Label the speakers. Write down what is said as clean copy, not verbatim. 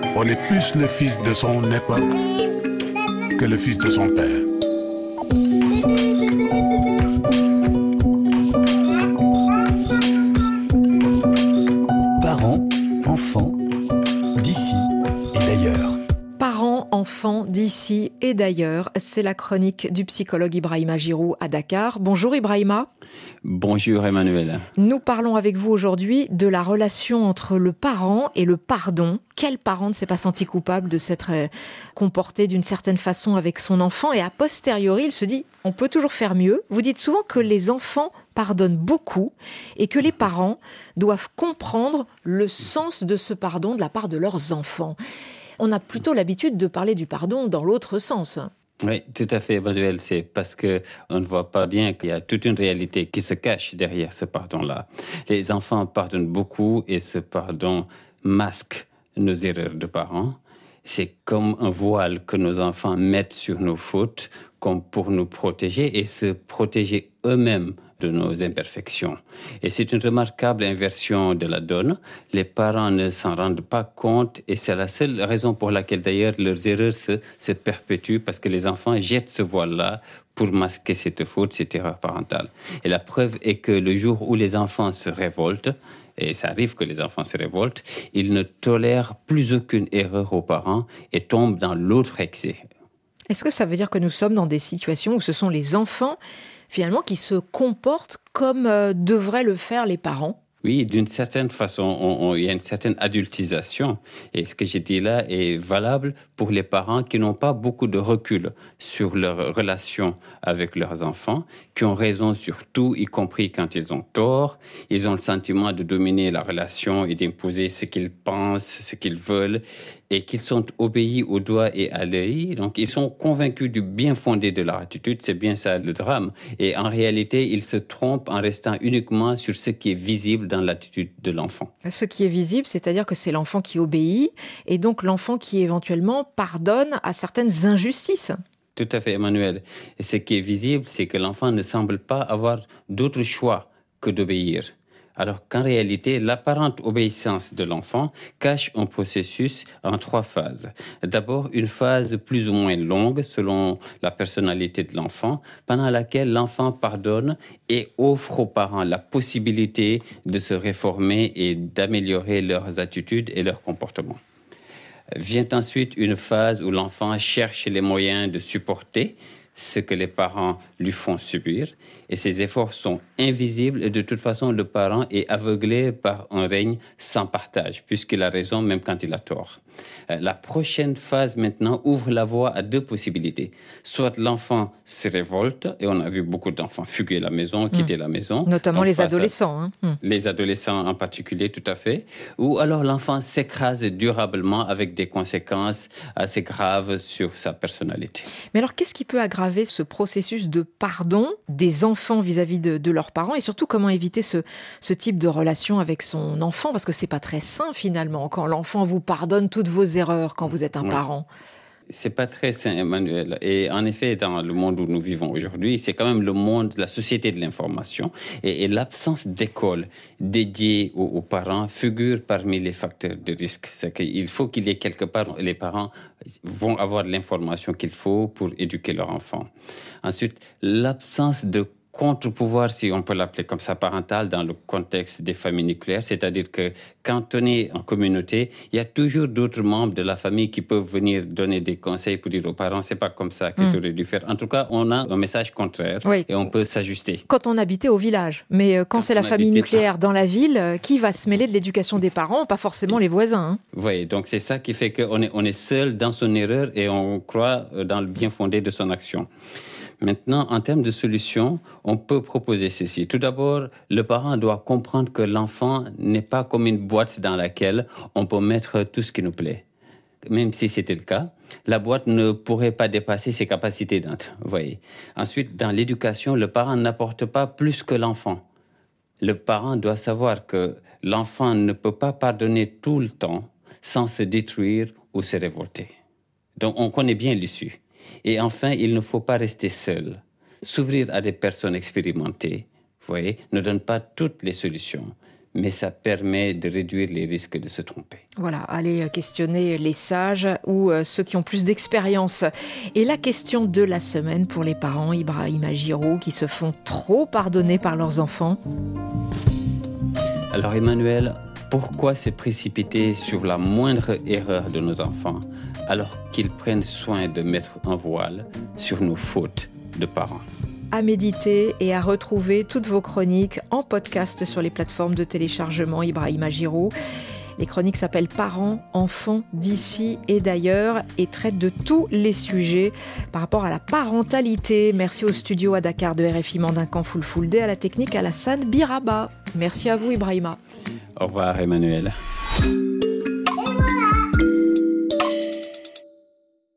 Speaker 1: On est plus le fils de son époque que le fils de son père.
Speaker 2: Parents, enfants, d'ici et d'ailleurs.
Speaker 3: Parents, enfants, d'ici et d'ailleurs, c'est la chronique du psychologue Ibrahima Giroux à Dakar. Bonjour Ibrahima.
Speaker 4: Bonjour Emmanuel.
Speaker 3: Nous parlons avec vous aujourd'hui de la relation entre le parent et le pardon. Quel parent ne s'est pas senti coupable de s'être comporté d'une certaine façon avec son enfant et a posteriori, il se dit, on peut toujours faire mieux. Vous dites souvent que les enfants pardonnent beaucoup et que les parents doivent comprendre le sens de ce pardon de la part de leurs enfants. On a plutôt l'habitude de parler du pardon dans l'autre sens.
Speaker 4: Oui, tout à fait, Emmanuel. C'est parce qu'on ne voit pas bien qu'il y a toute une réalité qui se cache derrière ce pardon-là. Les enfants pardonnent beaucoup et ce pardon masque nos erreurs de parents. C'est comme un voile que nos enfants mettent sur nos fautes, comme pour nous protéger et se protéger eux-mêmes de nos imperfections. Et c'est une remarquable inversion de la donne. Les parents ne s'en rendent pas compte et c'est la seule raison pour laquelle d'ailleurs leurs erreurs se perpétuent parce que les enfants jettent ce voile-là pour masquer cette faute, cette erreur parentale. Et la preuve est que le jour où les enfants se révoltent, et ça arrive que les enfants se révoltent, ils ne tolèrent plus aucune erreur aux parents et tombent dans l'autre excès.
Speaker 3: Est-ce que ça veut dire que nous sommes dans des situations où ce sont les enfants finalement qui se comportent comme devraient le faire les parents?
Speaker 4: Oui, d'une certaine façon, il y a une certaine adultisation. Et ce que j'ai dit là est valable pour les parents qui n'ont pas beaucoup de recul sur leur relation avec leurs enfants, qui ont raison sur tout, y compris quand ils ont tort. Ils ont le sentiment de dominer la relation et d'imposer ce qu'ils pensent, ce qu'ils veulent, et qu'ils sont obéis au doigt et à l'œil. Donc, ils sont convaincus du bien fondé de leur attitude. C'est bien ça le drame. Et en réalité, ils se trompent en restant uniquement sur ce qui est visible dans l'attitude de l'enfant.
Speaker 3: Ce qui est visible, c'est-à-dire que c'est l'enfant qui obéit et donc l'enfant qui éventuellement pardonne à certaines injustices.
Speaker 4: Tout à fait, Emmanuel. Et ce qui est visible, c'est que l'enfant ne semble pas avoir d'autre choix que d'obéir. Alors qu'en réalité, l'apparente obéissance de l'enfant cache un processus en 3 phases. D'abord, une phase plus ou moins longue selon la personnalité de l'enfant, pendant laquelle l'enfant pardonne et offre aux parents la possibilité de se réformer et d'améliorer leurs attitudes et leurs comportements. Vient ensuite une phase où l'enfant cherche les moyens de supporter ce que les parents lui font subir. Et ces efforts sont invisibles et de toute façon, le parent est aveuglé par un règne sans partage, puisqu'il a raison même quand il a tort. La prochaine phase maintenant ouvre la voie à 2 possibilités. Soit l'enfant se révolte, et on a vu beaucoup d'enfants fuguer la maison, quitter la maison.
Speaker 3: Notamment les adolescents.
Speaker 4: Les adolescents en particulier, tout à fait. Ou alors l'enfant s'écrase durablement avec des conséquences assez graves sur sa personnalité.
Speaker 3: Mais alors, qu'est-ce qui peut aggraver ce processus de pardon des enfants vis-à-vis de leurs parents et surtout comment éviter ce type de relation avec son enfant? Parce que c'est pas très sain finalement quand l'enfant vous pardonne toutes vos erreurs quand vous êtes un parent.
Speaker 4: C'est pas très sain, Emmanuel. Et en effet, dans le monde où nous vivons aujourd'hui, c'est quand même le monde, la société de l'information. Et l'absence d'école dédiée aux parents figure parmi les facteurs de risque. C'est qu'il faut qu'il y ait quelque part, les parents vont avoir l'information qu'il faut pour éduquer leur enfant. Ensuite, l'absence de contre-pouvoir, si on peut l'appeler comme ça, parental, dans le contexte des familles nucléaires. C'est-à-dire que quand on est en communauté, il y a toujours d'autres membres de la famille qui peuvent venir donner des conseils pour dire aux parents, c'est pas comme ça que tu aurais dû faire. En tout cas, on a un message contraire et on peut s'ajuster.
Speaker 3: Quand on habitait au village. Mais quand c'est la famille nucléaire dans la ville, qui va se mêler de l'éducation des parents? Pas forcément les voisins.
Speaker 4: Oui, donc c'est ça qui fait qu'on est seul dans son erreur et on croit dans le bien fondé de son action. Maintenant, en termes de solutions, on peut proposer ceci. Tout d'abord, le parent doit comprendre que l'enfant n'est pas comme une boîte dans laquelle on peut mettre tout ce qui nous plaît. Même si c'était le cas, la boîte ne pourrait pas dépasser ses capacités d'être. Vous voyez. Ensuite, dans l'éducation, le parent n'apporte pas plus que l'enfant. Le parent doit savoir que l'enfant ne peut pas pardonner tout le temps sans se détruire ou se révolter. Donc, on connaît bien l'issue. Et enfin, il ne faut pas rester seul. S'ouvrir à des personnes expérimentées, vous voyez, ne donne pas toutes les solutions. mais ça permet de réduire les risques de se tromper.
Speaker 3: Voilà, allez questionner les sages ou ceux qui ont plus d'expérience. Et la question de la semaine pour les parents, Ibrahima Giroux, qui se font trop pardonner par leurs enfants.
Speaker 4: Alors Emmanuel, pourquoi se précipiter sur la moindre erreur de nos enfants alors qu'ils prennent soin de mettre un voile sur nos fautes de parents?
Speaker 3: À méditer et à retrouver toutes vos chroniques en podcast sur les plateformes de téléchargement Ibrahima Giroux. Les chroniques s'appellent Parents, enfants d'ici et d'ailleurs et traitent de tous les sujets par rapport à la parentalité. Merci au studio à Dakar de RFI Mandinkan Fulfulde, à la technique Alassane Biraba. Merci à vous Ibrahima.
Speaker 4: Au revoir Emmanuel.